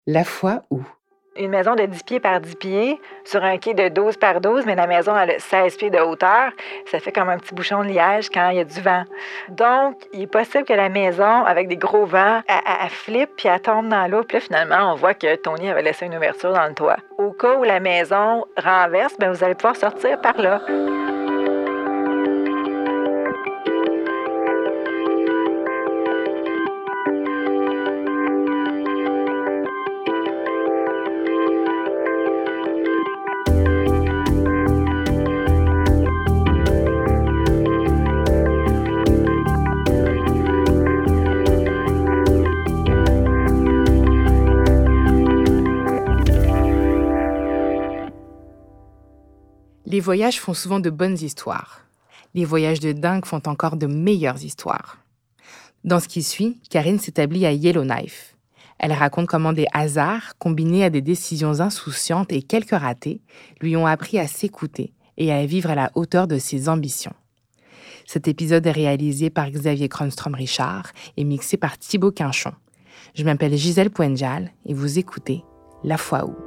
La fois où. Une maison de 10 pieds par 10 pieds sur un quai de 12 par 12, mais la maison a 16 pieds de hauteur. Ça fait comme un petit bouchon de liège quand il y a du vent. Donc, il est possible que la maison, avec des gros vents, elle flippe puis elle tombe dans l'eau. Puis là, finalement, on voit que Tony avait laissé une ouverture dans le toit. Au cas où la maison renverse, bien, vous allez pouvoir sortir par là. Les voyages font souvent de bonnes histoires. Les voyages de dingue font encore de meilleures histoires. Dans ce qui suit, Karine s'établit à Yellowknife. Elle raconte comment des hasards, combinés à des décisions insouciantes et quelques ratés, lui ont appris à s'écouter et à vivre à la hauteur de ses ambitions. Cet épisode est réalisé par Xavier Cronstrom-Richard et mixé par Thibaut Quinchon. Je m'appelle Gisèle Poenjal et vous écoutez La fois où.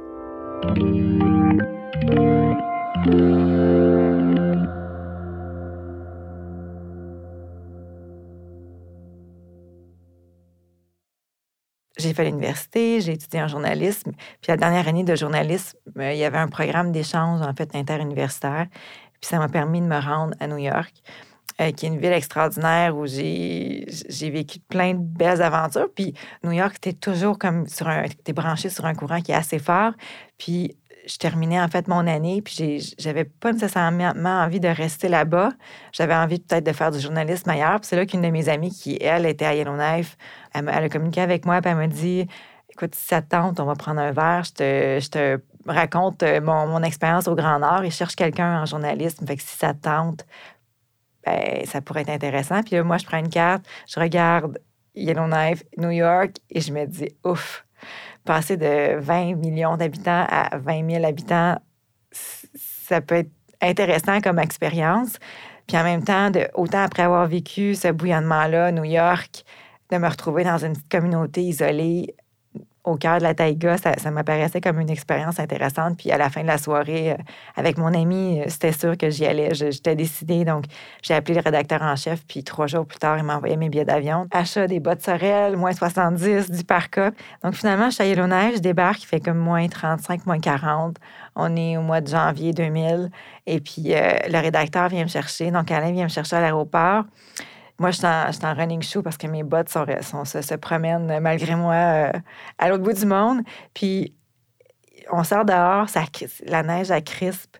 J'ai fait l'université, j'ai étudié en journalisme. Puis la dernière année de journalisme, il y avait un programme d'échange, en fait, interuniversitaire. Puis ça m'a permis de me rendre à New York, qui est une ville extraordinaire où j'ai vécu plein de belles aventures. Puis New York, t'es toujours comme t'es branché sur un courant qui est assez fort. Puis je terminais, en fait, mon année, puis j'avais pas nécessairement envie de rester là-bas. J'avais envie peut-être de faire du journalisme ailleurs. Puis c'est là qu'une de mes amies, qui, elle, était à Yellowknife, elle a communiqué avec moi, puis elle m'a dit « Écoute, si ça te tente, on va prendre un verre, je te raconte mon expérience au Grand Nord et je cherche quelqu'un en journalisme. Fait que si ça te tente, ben, ça pourrait être intéressant. » Puis là, moi, je prends une carte, je regarde Yellowknife, New York, et je me dis « Ouf! » Passer de 20 millions d'habitants à 20 000 habitants, ça peut être intéressant comme expérience. Puis en même temps, autant après avoir vécu ce bouillonnement-là, New York, de me retrouver dans une petite communauté isolée au cœur de la taïga, ça m'apparaissait comme une expérience intéressante. Puis à la fin de la soirée, avec mon ami, c'était sûr que j'y allais. J'étais décidée, donc j'ai appelé le rédacteur en chef. Puis 3 jours plus tard, il m'a envoyé mes billets d'avion. Achat des bottes Sorel, moins 70, du parka. Donc finalement, je suis à Yellowknife, je débarque, il fait comme moins 35, moins 40. On est au mois de janvier 2000. Et puis le rédacteur vient me chercher. Donc Alain vient me chercher à l'aéroport. Moi, je suis en running shoe parce que mes bottes se promènent malgré moi à l'autre bout du monde. Puis, on sort dehors, la neige, elle crispe.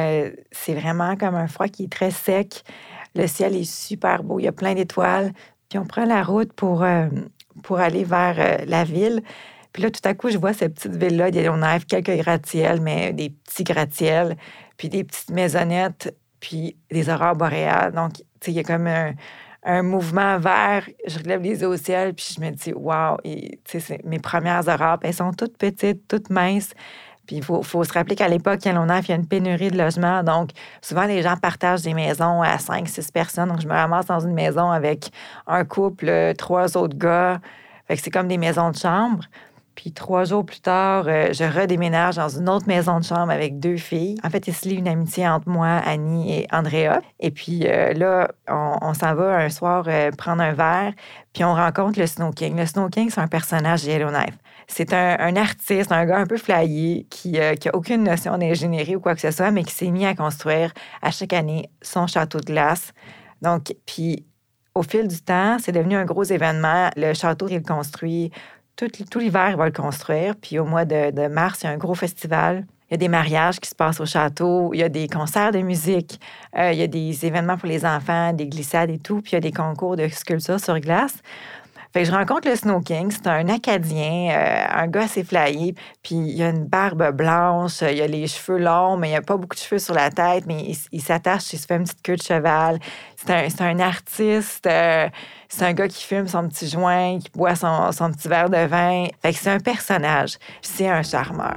C'est vraiment comme un froid qui est très sec. Le ciel est super beau, il y a plein d'étoiles. Puis, on prend la route pour aller vers la ville. Puis là, tout à coup, je vois cette petite ville-là. On a quelques gratte-ciels, mais des petits gratte-ciels, puis des petites maisonnettes, puis des aurores boréales. Donc, tu sais, il y a comme un mouvement vert, je relève les yeux au ciel, puis je me dis, wow, mes premières aurores, elles sont toutes petites, toutes minces. Puis il faut se rappeler qu'à l'époque, il y a une pénurie de logements. Donc, souvent, les gens partagent des maisons à 5, 6 personnes. Donc, je me ramasse dans une maison avec un couple, 3 autres gars. Fait que c'est comme des maisons de chambre. Puis 3 jours plus tard, je redéménage dans une autre maison de chambre avec 2 filles. En fait, il se lie une amitié entre moi, Annie et Andrea. Et puis là, on s'en va un soir prendre un verre, puis on rencontre le Snow King. Le Snow King, c'est un personnage de Yellowknife. C'est un artiste, un gars un peu flyé qui a aucune notion d'ingénierie ou quoi que ce soit, mais qui s'est mis à construire à chaque année son château de glace. Donc, puis au fil du temps, c'est devenu un gros événement. Le château, il construit tout l'hiver, il va le construire. Puis au mois de mars, il y a un gros festival. Il y a des mariages qui se passent au château. Il y a des concerts de musique. Il y a des événements pour les enfants, des glissades et tout. Puis il y a des concours de sculpture sur glace. Fait que je rencontre le Snow King. C'est un Acadien, un gars assez flyé. Puis il a une barbe blanche, il a les cheveux longs, mais il n'y a pas beaucoup de cheveux sur la tête. Mais il s'attache, il se fait une petite queue de cheval. C'est un artiste. C'est un gars qui fume son petit joint, qui boit son petit verre de vin. Fait que c'est un personnage. Puis c'est un charmeur.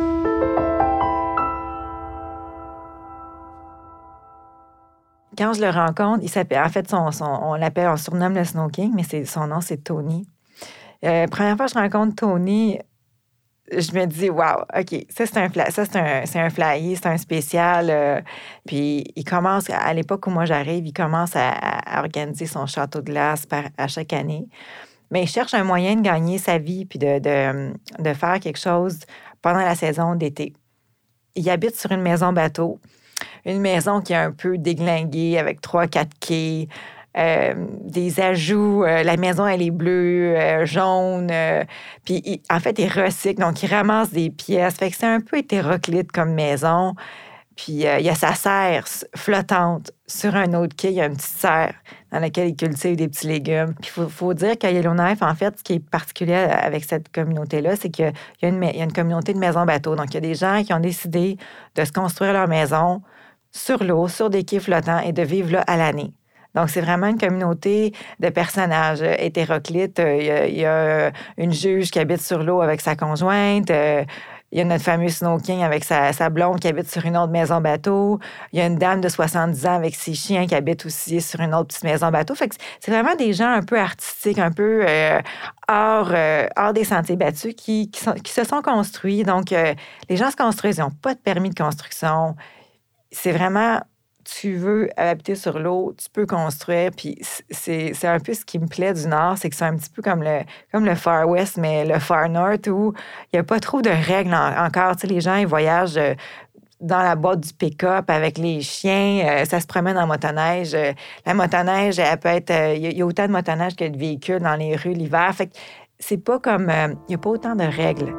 Quand je le rencontre, il s'appelle, en fait, on surnomme le Snow King, mais son nom, c'est Tony. Première fois que je rencontre Tony, je me dis, wow, OK, ça, c'est un flyer, c'est un spécial. Puis, il commence, à l'époque où moi j'arrive, il commence à organiser son château de glace à chaque année. Mais il cherche un moyen de gagner sa vie puis de faire quelque chose pendant la saison d'été. Il habite sur une maison bateau, une maison qui est un peu déglinguée avec 3-4 quais, des ajouts. La maison, elle est bleue, jaune. Puis, en fait, il recycle, donc il ramasse des pièces. Fait que c'est un peu hétéroclite comme maison. Puis, il y a sa serre flottante sur un autre quai. Il y a une petite serre dans laquelle il cultive des petits légumes. Puis, il faut dire qu'à Yellowknife, en fait, ce qui est particulier avec cette communauté-là, c'est qu'il y a une communauté de maisons-bateaux. Donc, il y a des gens qui ont décidé de se construire leur maison sur l'eau, sur des quais flottants et de vivre là à l'année. Donc, c'est vraiment une communauté de personnages hétéroclites. Il y a une juge qui habite sur l'eau avec sa conjointe. Il y a notre fameux Snow King avec sa blonde qui habite sur une autre maison bateau. Il y a une dame de 70 ans avec ses chiens qui habite aussi sur une autre petite maison bateau. Fait que c'est vraiment des gens un peu artistiques, un peu hors des sentiers battus qui se sont construits. Donc, les gens se construisent, ils n'ont pas de permis de construction. C'est vraiment, tu veux habiter sur l'eau, tu peux construire. Puis c'est un peu ce qui me plaît du Nord, c'est que c'est un petit peu comme le Far West, mais le Far North, où il n'y a pas trop de règles encore. Tu sais, les gens, ils voyagent dans la boîte du pick-up avec les chiens. Ça se promène en motoneige. La motoneige, elle peut être... Il y a autant de motoneige que de véhicules dans les rues l'hiver. Fait que c'est pas comme... il n'y a pas autant de règles.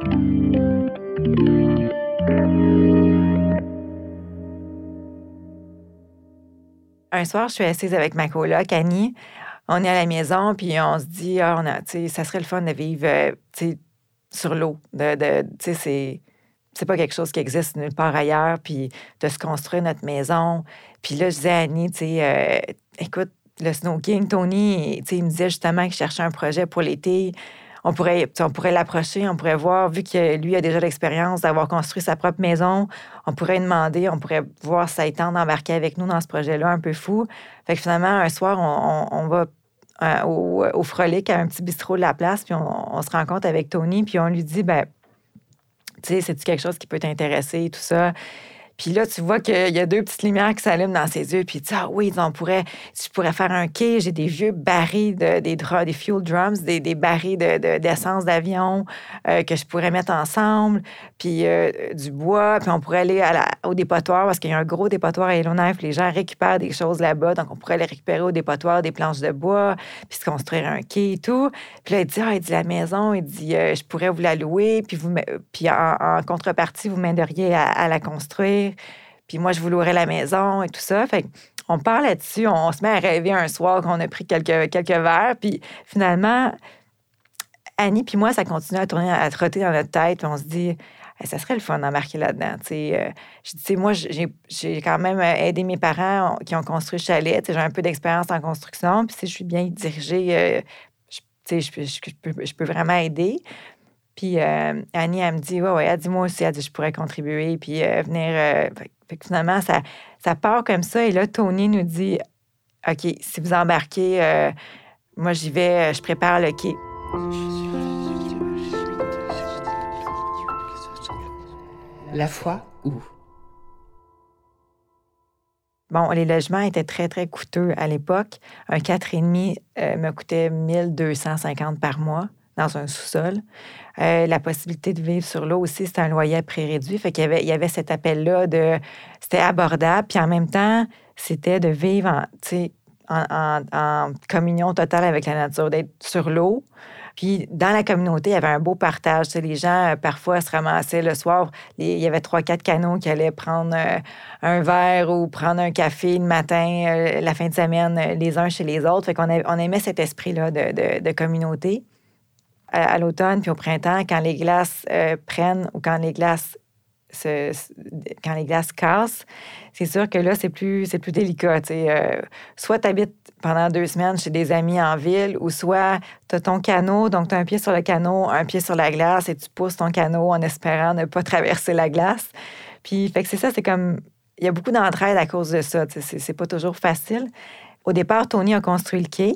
Un soir, je suis assise avec ma coloc, Annie. On est à la maison, puis on se dit, ça serait le fun de vivre sur l'eau. C'est pas quelque chose qui existe nulle part ailleurs, puis de se construire notre maison. Puis là, je disais à Annie, écoute, le Snow King, Tony, il me disait justement qu'il cherchait un projet pour l'été. On pourrait l'approcher, on pourrait voir, vu que lui a déjà l'expérience d'avoir construit sa propre maison, on pourrait lui demander, on pourrait voir si ça tente d'embarquer avec nous dans ce projet-là un peu fou. Fait que finalement, un soir, on va au Frolic, à un petit bistrot de la place, puis on se rencontre avec Tony, puis on lui dit, c'est-tu quelque chose qui peut t'intéresser, tout ça? Puis là, tu vois qu'il y a deux petites lumières qui s'allument dans ses yeux. Puis il dit, oui, je pourrais faire un quai. J'ai des vieux barils, des fuel drums, des barils d'essence d'avion que je pourrais mettre ensemble. Puis du bois. Puis on pourrait aller au dépotoir parce qu'il y a un gros dépotoir à Yellowknife. Les gens récupèrent des choses là-bas. Donc, on pourrait les récupérer au dépotoir, des planches de bois, puis se construire un quai et tout. Puis là, il dit, la maison, il dit, je pourrais vous la louer. Puis en contrepartie, vous m'aideriez à la construire. Puis moi, je vous louerais la maison et tout ça. Fait qu'on parle là-dessus, on se met à rêver un soir qu'on a pris quelques verres. Puis finalement, Annie puis moi, ça continue à trotter dans notre tête. Puis on se dit, ça serait le fun d'embarquer là-dedans. Je dis, moi, j'ai quand même aidé mes parents qui ont construit le chalet. J'ai un peu d'expérience en construction. Puis je suis bien dirigée. Je peux vraiment aider. Puis Annie, elle me dit, ouais, elle dit, moi aussi, elle dit, je pourrais contribuer, puis venir. Fait que finalement, ça part comme ça. Et là, Tony nous dit, OK, si vous embarquez, moi, j'y vais, je prépare le quai. La foi où? Bon, les logements étaient très, très coûteux à l'époque. Un 4,5 me coûtait 1250 par mois dans un sous-sol. La possibilité de vivre sur l'eau aussi, c'était un loyer pré-réduit. Fait qu'il y avait cet appel-là c'était abordable, puis en même temps, c'était de vivre en communion totale avec la nature, d'être sur l'eau. Puis dans la communauté, il y avait un beau partage. Les gens, parfois, se ramassaient le soir. Il y avait 3-4 canots qui allaient prendre un verre ou prendre un café le matin, la fin de semaine, les uns chez les autres. Fait qu'on aimait cet esprit-là de communauté. À l'automne puis au printemps, quand les glaces prennent ou quand les glaces cassent, c'est sûr que là, c'est plus délicat. Soit tu habites pendant 2 semaines chez des amis en ville, ou soit tu as ton canot, donc tu as un pied sur le canot, un pied sur la glace, et tu pousses ton canot en espérant ne pas traverser la glace. Puis, fait que c'est ça, c'est comme... Il y a beaucoup d'entraide à cause de ça. C'est pas toujours facile. Au départ, Tony a construit le quai.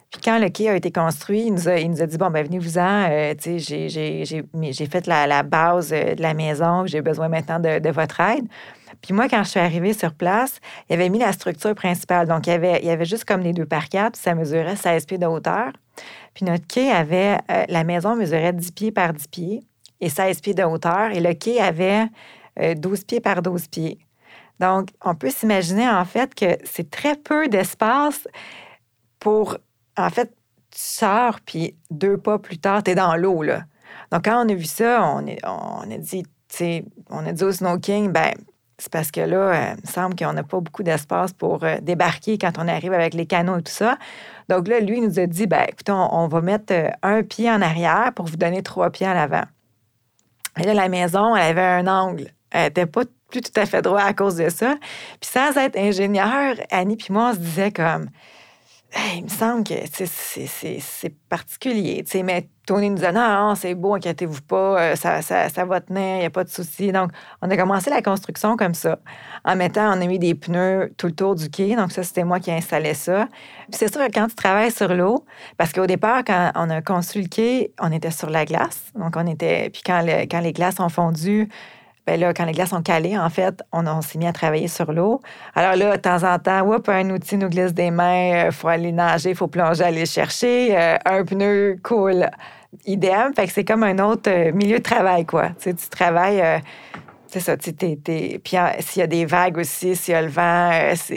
Puis quand le quai a été construit, il nous a dit, bon, ben venez-vous-en, tu sais, j'ai fait la base de la maison, j'ai besoin maintenant de votre aide. Puis moi, quand je suis arrivée sur place, il avait mis la structure principale. Donc, il y avait juste comme les 2 par 4, puis ça mesurait 16 pieds de hauteur. Puis notre quai avait, la maison mesurait 10 pieds par 10 pieds et 16 pieds de hauteur. Et le quai avait 12 pieds par 12 pieds. Donc, on peut s'imaginer, en fait, que c'est très peu d'espace pour, en fait, tu sors, puis 2 pas plus tard, tu es dans l'eau, là. Donc, quand on a vu ça, on a dit, tu sais, on a dit au Snow King, ben c'est parce que là, il me semble qu'on n'a pas beaucoup d'espace pour débarquer quand on arrive avec les canots et tout ça. Donc là, lui, il nous a dit, ben écoutez, on va mettre 1 pied en arrière pour vous donner 3 pieds en avant. Et là, la maison, elle avait un angle. Elle n'était pas plus tout à fait droite à cause de ça. Puis sans être ingénieur, Annie puis moi, on se disait comme, hey, il me semble que c'est particulier. T'sais, mais Tony nous disait, non, c'est beau, inquiétez-vous pas, ça va tenir, il n'y a pas de souci. Donc, on a commencé la construction comme ça. On a mis des pneus tout le tour du quai. Donc, ça, c'était moi qui installais ça. Puis c'est sûr que quand tu travailles sur l'eau, parce qu'au départ, quand on a construit le quai, on était sur la glace. Donc, puis quand les glaces ont fondu, bien là, quand les glaces ont calé, en fait, on s'est mis à travailler sur l'eau. Alors là, de temps en temps, un outil nous glisse des mains, il faut aller nager, il faut plonger, aller le chercher. Un pneu coule, idem. Fait que c'est comme un autre milieu de travail, quoi. Tu sais, tu travailles, c'est ça, tu sais, puis s'il y a des vagues aussi, s'il y a le vent,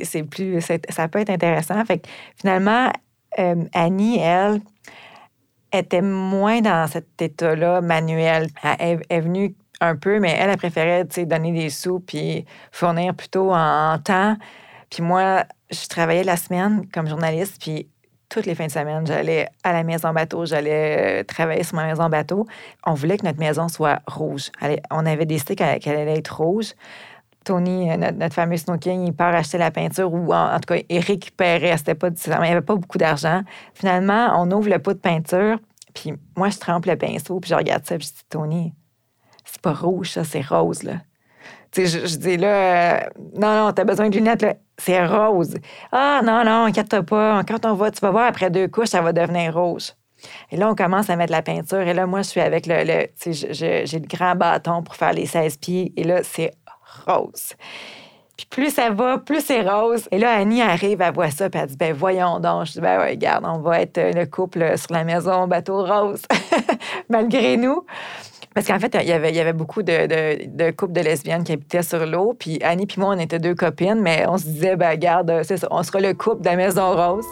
ça peut être intéressant. Fait que finalement, Annie, elle, était moins dans cet état-là manuel. Elle est venue un peu, mais elle préférait, tu sais, donner des sous puis fournir plutôt en temps. Puis moi, je travaillais la semaine comme journaliste, puis toutes les fins de semaine, j'allais à la maison bateau, j'allais travailler sur ma maison bateau. On voulait que notre maison soit rouge. On avait décidé qu'elle allait être rouge. Tony, notre fameux Snow King, il part acheter la peinture ou en tout cas, il récupérait. Il n'y avait pas beaucoup d'argent. Finalement, on ouvre le pot de peinture, puis moi, je trempe le pinceau, puis je regarde ça, puis je dis, Tony, c'est pas rouge, ça, c'est rose, là. Tu sais, je dis là, non, t'as besoin de lunettes, là. C'est rose. Ah, non, inquiète-toi pas. Quand tu vas voir, après 2 couches, ça va devenir rouge. Et là, on commence à mettre la peinture. Et là, moi, je suis avec tu sais, j'ai le grand bâton pour faire les 16 pieds. Et là, c'est rose. Puis plus ça va, plus c'est rose. Et là, Annie arrive, elle voit ça, puis elle dit, ben voyons donc. Je dis, ben ouais, regarde, on va être le couple sur la maison bateau rose, malgré nous. Parce qu'en fait, il y avait beaucoup de couples de lesbiennes qui habitaient sur l'eau. Puis Annie puis moi, on était 2 copines, mais on se disait, ben regarde, c'est ça, on sera le couple de la maison rose.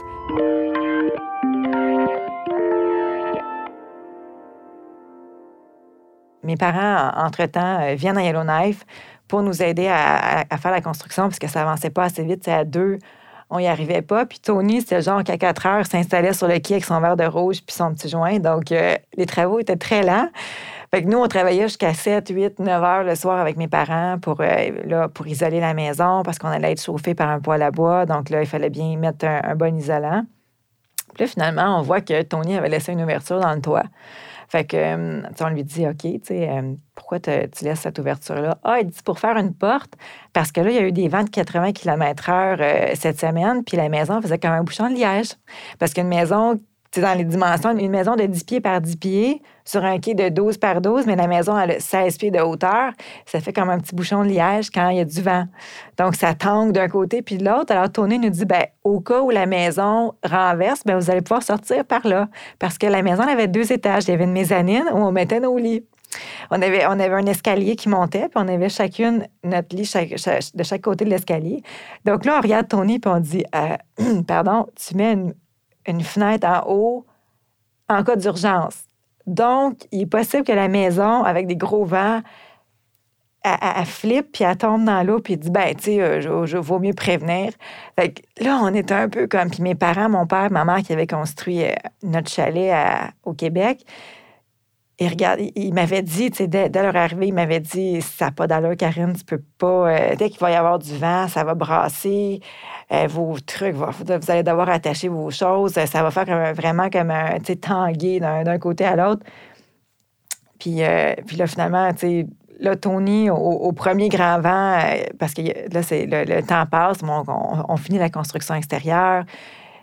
Mes parents, entre-temps, viennent à Yellowknife pour nous aider à faire la construction parce que ça avançait pas assez vite. C'est à 2, on n'y arrivait pas. Puis Tony, c'était genre qu'à 4 heures, s'installait sur le quai avec son verre de rouge puis son petit joint. Donc, les travaux étaient très lents. Fait que nous, on travaillait jusqu'à 7, 8, 9 heures le soir avec mes parents pour isoler la maison parce qu'on allait être chauffé par un poêle à bois. Donc là, il fallait bien mettre un bon isolant. Puis là, finalement, on voit que Tony avait laissé une ouverture dans le toit. Fait que, on lui dit, OK, tu sais, pourquoi tu laisses cette ouverture-là? Ah, il dit, pour faire une porte, parce que là, il y a eu des vents de 80 km/h cette semaine, puis la maison faisait comme un bouchon de liège. Parce qu'une maison, tu sais, dans les dimensions, une maison de 10 pieds par 10 pieds, sur un quai de 12 par 12, mais la maison a 16 pieds de hauteur, ça fait comme un petit bouchon de liège quand il y a du vent. Donc, ça tangue d'un côté puis de l'autre. Alors, Tony nous dit, ben au cas où la maison renverse, ben vous allez pouvoir sortir par là. Parce que la maison, elle avait 2 étages. Il y avait une mezzanine où on mettait nos lits. On avait un escalier qui montait, puis on avait chacune notre lit de chaque côté de l'escalier. Donc là, on regarde Tony, puis on dit, pardon, tu mets une fenêtre en haut en cas d'urgence. Donc, il est possible que la maison, avec des gros vents, elle flippe, puis elle tombe dans l'eau, puis il dit, ben, tu sais, je vaut mieux prévenir. Fait que là, on était un peu comme... Puis mes parents, mon père, ma mère qui avait construit notre chalet au Québec, il m'avait dit, tu sais, dès leur arrivée, il m'avait dit, ça n'a pas d'allure, Karine, tu peux pas... dès qu'il va y avoir du vent, ça va brasser, vos trucs, vous allez devoir attacher vos choses, ça va faire vraiment comme un, tu sais, tanguer d'un côté à l'autre. Puis là, finalement, tu sais, là, Tony, au premier grand vent, parce que là, le temps passe, on finit la construction extérieure.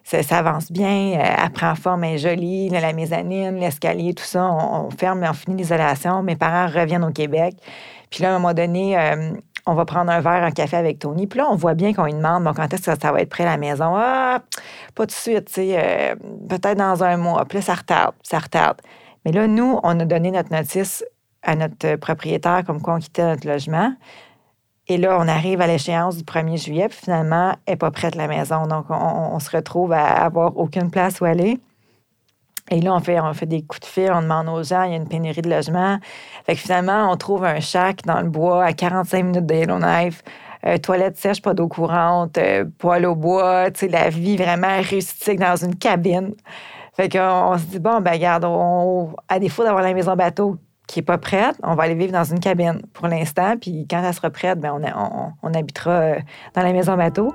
ça avance bien, elle prend forme, elle est jolie, la mezzanine, l'escalier, tout ça, on ferme, on finit l'isolation. Mes parents reviennent au Québec. Puis là, à un moment donné, on va prendre un verre, un café avec Tony. Puis là, on voit bien qu'on lui demande bon, quand est-ce que ça va être prêt à la maison. Ah, pas tout de suite, tu sais, peut-être dans un mois. Puis là, ça retarde, ça retarde. Mais là, nous, on a donné notre notice à notre propriétaire comme quoi on quittait notre logement. Et là, on arrive à l'échéance du 1er juillet, puis finalement, elle n'est pas prête, la maison. Donc, on se retrouve à avoir aucune place où aller. Et là, on fait des coups de fil, on demande aux gens, il y a une pénurie de logements. Fait que finalement, on trouve un shack dans le bois à 45 minutes de Yellowknife, toilette sèche, pas d'eau courante, poêle au bois, tu sais, la vie vraiment rustique dans une cabine. Fait qu'on se dit, bon, ben regarde, à défaut d'avoir la maison bateau qui n'est pas prête, on va aller vivre dans une cabine pour l'instant. Puis quand elle sera prête, ben on habitera dans la maison bateau.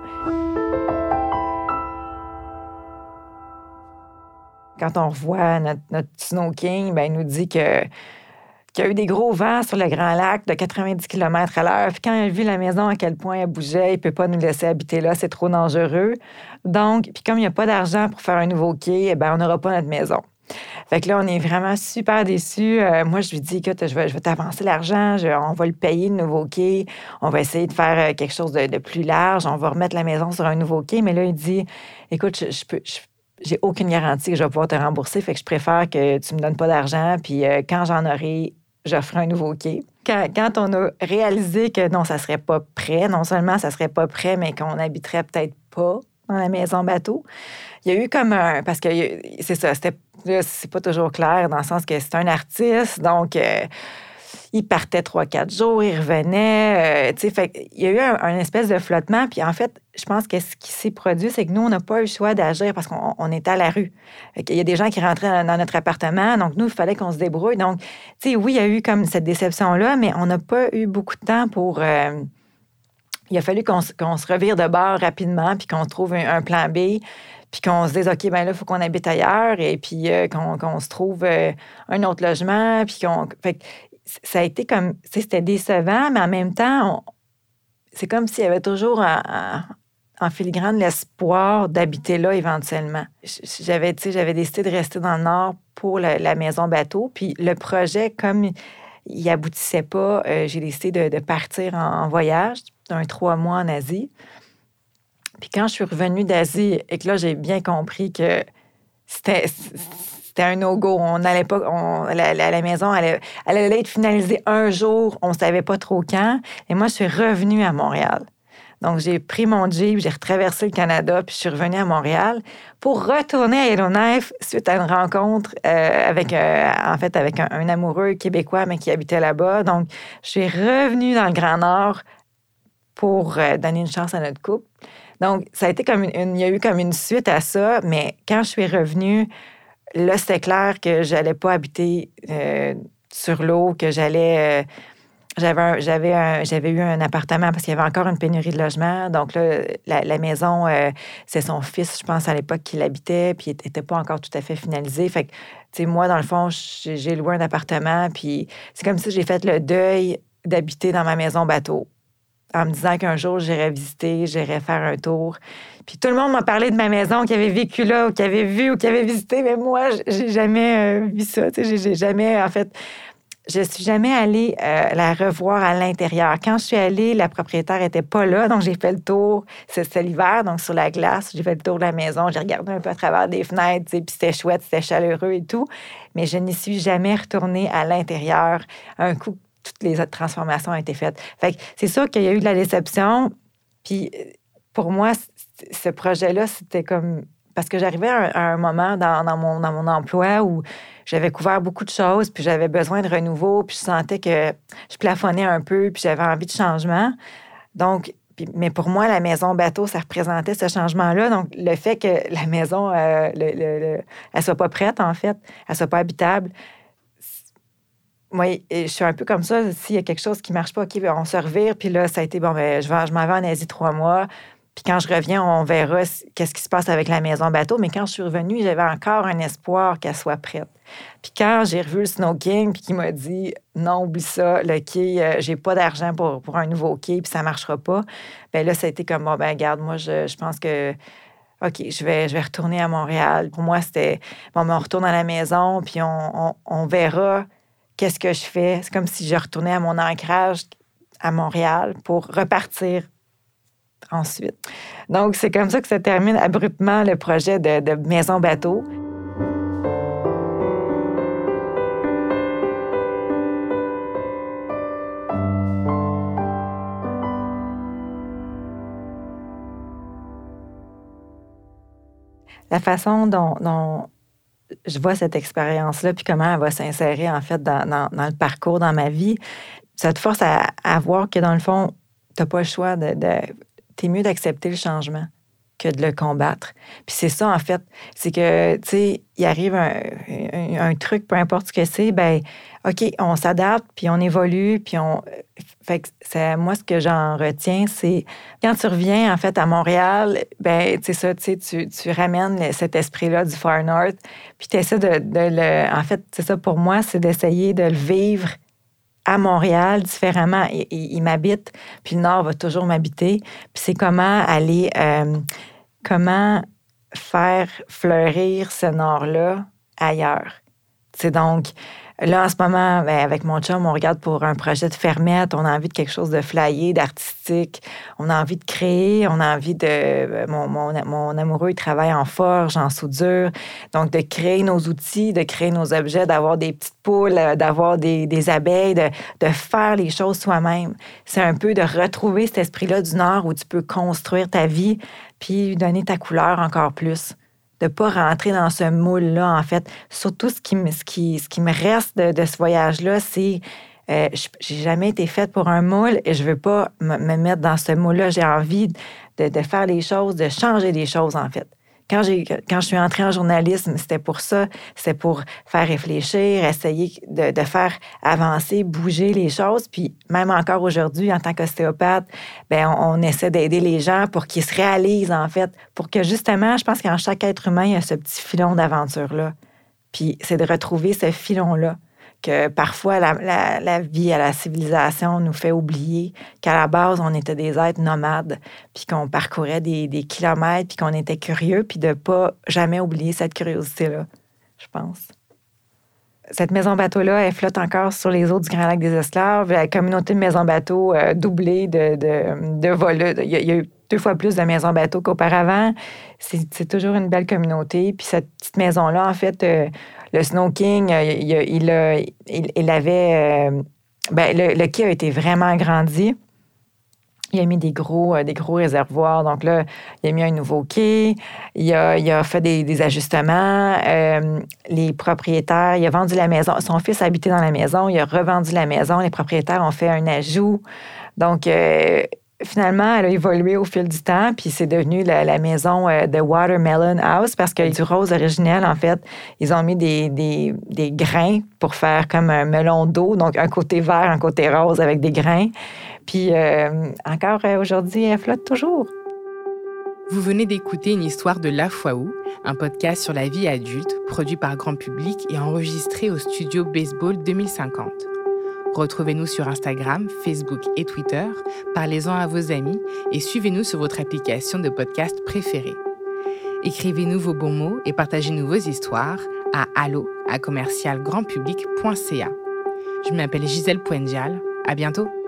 Quand on revoit notre Snow King, ben il nous dit qu'il y a eu des gros vents sur le Grand Lac de 90 km/h. Puis quand il a vu la maison, à quel point elle bougeait, il ne peut pas nous laisser habiter là, c'est trop dangereux. Donc, puis comme il n'y a pas d'argent pour faire un nouveau quai, ben on n'aura pas notre maison. Fait que là, on est vraiment super déçus. Moi, je lui dis, écoute, je vais t'avancer l'argent, on va le payer, le nouveau quai. On va essayer de faire quelque chose de plus large. On va remettre la maison sur un nouveau quai. Mais là, il dit, écoute, j'ai aucune garantie que je vais pouvoir te rembourser. Fait que je préfère que tu me donnes pas d'argent. Puis quand j'en aurai, j'offre un nouveau quai. Quand on a réalisé que non, ça serait pas prêt, non seulement ça serait pas prêt, mais qu'on habiterait peut-être pas dans la maison bateau, il y a eu comme un... Parce que c'est ça, c'est pas toujours clair dans le sens que c'est un artiste, donc il partait 3-4 jours, il revenait, tu sais, fait il y a eu un espèce de flottement, puis en fait, je pense que ce qui s'est produit, c'est que nous, on n'a pas eu le choix d'agir parce qu'on était à la rue. Il y a des gens qui rentraient dans notre appartement, donc nous, il fallait qu'on se débrouille. Donc, tu sais, oui, il y a eu comme cette déception-là, mais on n'a pas eu beaucoup de temps pour... il a fallu qu'on se revire de bord rapidement, puis qu'on trouve un plan B, puis qu'on se dise, OK, bien là, il faut qu'on habite ailleurs, et puis qu'on se trouve un autre logement, puis Fait que ça a été comme... C'était décevant, mais en même temps, c'est comme s'il y avait toujours en filigrane l'espoir d'habiter là éventuellement. J'avais décidé de rester dans le Nord pour la maison bateau, puis le projet, comme il aboutissait pas, j'ai décidé de partir en voyage d'un 3 mois en Asie. Puis quand je suis revenue d'Asie et que là, j'ai bien compris que c'était un no-go. On n'allait pas... la maison, elle allait être finalisée un jour. On ne savait pas trop quand. Et moi, je suis revenue à Montréal. Donc, j'ai pris mon Jeep, j'ai retraversé le Canada, puis je suis revenue à Montréal pour retourner à Yellowknife suite à une rencontre avec un amoureux québécois, mais qui habitait là-bas. Donc, je suis revenue dans le Grand Nord pour donner une chance à notre couple. Donc, ça a été comme il y a eu comme une suite à ça, mais quand je suis revenue, là, c'était clair que j'allais pas habiter sur l'eau, que j'allais... J'avais eu un appartement parce qu'il y avait encore une pénurie de logement. Donc là, la maison, c'est son fils, je pense, à l'époque, qui l'habitait, puis il n'était pas encore tout à fait finalisé. Fait que, tu sais, moi, dans le fond, j'ai loué un appartement, puis c'est comme si j'ai fait le deuil d'habiter dans ma maison bateau, en me disant qu'un jour, j'irais visiter, j'irais faire un tour. Puis tout le monde m'a parlé de ma maison, qui avait vécu là, ou qui avait vu, ou qui avait visité, mais moi, j'ai jamais vu ça. Tu sais, j'ai jamais, en fait... Je suis jamais allée la revoir à l'intérieur. Quand je suis allée, la propriétaire n'était pas là, donc j'ai fait le tour. C'était l'hiver, donc sur la glace, j'ai fait le tour de la maison. J'ai regardé un peu à travers des fenêtres, puis c'était chouette, c'était chaleureux et tout. Mais je n'y suis jamais retournée à l'intérieur. Un coup, toutes les autres transformations ont été faites. Fait que c'est sûr qu'il y a eu de la déception. Puis pour moi, ce projet-là, c'était comme... Parce que j'arrivais à un moment dans mon emploi où j'avais couvert beaucoup de choses, puis j'avais besoin de renouveau, puis je sentais que je plafonnais un peu, puis j'avais envie de changement. Donc, mais pour moi, la maison bateau, ça représentait ce changement-là. Donc, le fait que la maison, elle soit pas prête, en fait, elle soit pas habitable, moi, je suis un peu comme ça. S'il y a quelque chose qui marche pas, OK, on se revire, puis là, ça a été, bon, ben, je m'en vais en Asie 3 mois. Puis quand je reviens, on verra qu'est-ce qui se passe avec la maison bateau. Mais quand je suis revenue, j'avais encore un espoir qu'elle soit prête. Puis quand j'ai revu le Snow King, puis qu'il m'a dit « Non, oublie ça, le quai, j'ai pas d'argent pour un nouveau quai, puis ça marchera pas », bien là, ça a été comme « Bon, ben regarde, moi, je pense que OK, je vais retourner à Montréal. Pour moi, c'était, bon, ben, on retourne à la maison, puis on verra qu'est-ce que je fais. C'est comme si je retournais à mon ancrage à Montréal pour repartir ensuite. Donc, c'est comme ça que se termine abruptement le projet de Maison Bateau. La façon dont je vois cette expérience-là, puis comment elle va s'insérer, en fait, dans le parcours, dans ma vie, ça te force à voir que, dans le fond, tu n'as pas le choix t'es mieux d'accepter le changement que de le combattre. Puis c'est ça, en fait, c'est que, tu sais, il arrive un truc, peu importe ce que c'est, ben OK, on s'adapte, puis on évolue, puis on... Fait que moi, ce que j'en retiens, c'est quand tu reviens, en fait, à Montréal, ben c'est ça, tu sais, tu ramènes cet esprit-là du Far North, puis tu essaies de le... En fait, c'est ça, pour moi, c'est d'essayer de le vivre à Montréal différemment. Il m'habite, puis le Nord va toujours m'habiter. Puis c'est comment aller... comment faire fleurir ce Nord-là ailleurs. C'est donc, là, en ce moment, ben, avec mon chum, on regarde pour un projet de fermette. On a envie de quelque chose de flyé, d'artistique. On a envie de créer. On a envie de... Mon amoureux, il travaille en forge, en soudure. Donc, de créer nos outils, de créer nos objets, d'avoir des petites poules, d'avoir des abeilles, de faire les choses soi-même. C'est un peu de retrouver cet esprit-là du Nord où tu peux construire ta vie puis donner ta couleur encore plus. De ne pas rentrer dans ce moule-là, en fait. Surtout, ce qui me reste de ce voyage-là, c'est j'ai jamais été faite pour un moule et je veux pas me mettre dans ce moule-là. J'ai envie de faire les choses, de changer les choses, en fait. Quand je suis entrée en journalisme, c'était pour ça. C'était pour faire réfléchir, essayer de faire avancer, bouger les choses. Puis même encore aujourd'hui, en tant qu'ostéopathe, bien, on essaie d'aider les gens pour qu'ils se réalisent, en fait, pour que justement, je pense qu'en chaque être humain, il y a ce petit filon d'aventure-là. Puis c'est de retrouver ce filon-là que parfois la vie à la civilisation nous fait oublier qu'à la base, on était des êtres nomades, puis qu'on parcourait des kilomètres, puis qu'on était curieux, puis de ne pas jamais oublier cette curiosité-là, je pense. Cette maison bateau-là, elle flotte encore sur les eaux du Grand Lac des Esclaves. La communauté de maisons bateaux doublée de voleurs. Il y a eu 2 fois plus de maisons bateaux qu'auparavant. C'est toujours une belle communauté. Puis cette petite maison-là, en fait, le Snow King, il avait... le quai a été vraiment agrandi. Il a mis des gros réservoirs. Donc là, il a mis un nouveau quai. Il a fait des ajustements. Les propriétaires, il a vendu la maison. Son fils habitait dans la maison. Il a revendu la maison. Les propriétaires ont fait un ajout. Donc, finalement, elle a évolué au fil du temps. Puis c'est devenu la maison de Watermelon House parce que du rose originel, en fait, ils ont mis des grains pour faire comme un melon d'eau. Donc, un côté vert, un côté rose avec des grains. Puis encore aujourd'hui, elle flotte toujours. Vous venez d'écouter une histoire de La Fois Où, un podcast sur la vie adulte, produit par Grand Public et enregistré au studio Baseball 2050. Retrouvez-nous sur Instagram, Facebook et Twitter, parlez-en à vos amis et suivez-nous sur votre application de podcast préférée. Écrivez-nous vos bons mots et partagez-nous vos histoires à allo@commercialgrandpublic.ca. Je m'appelle Gisèle Poendial. À bientôt!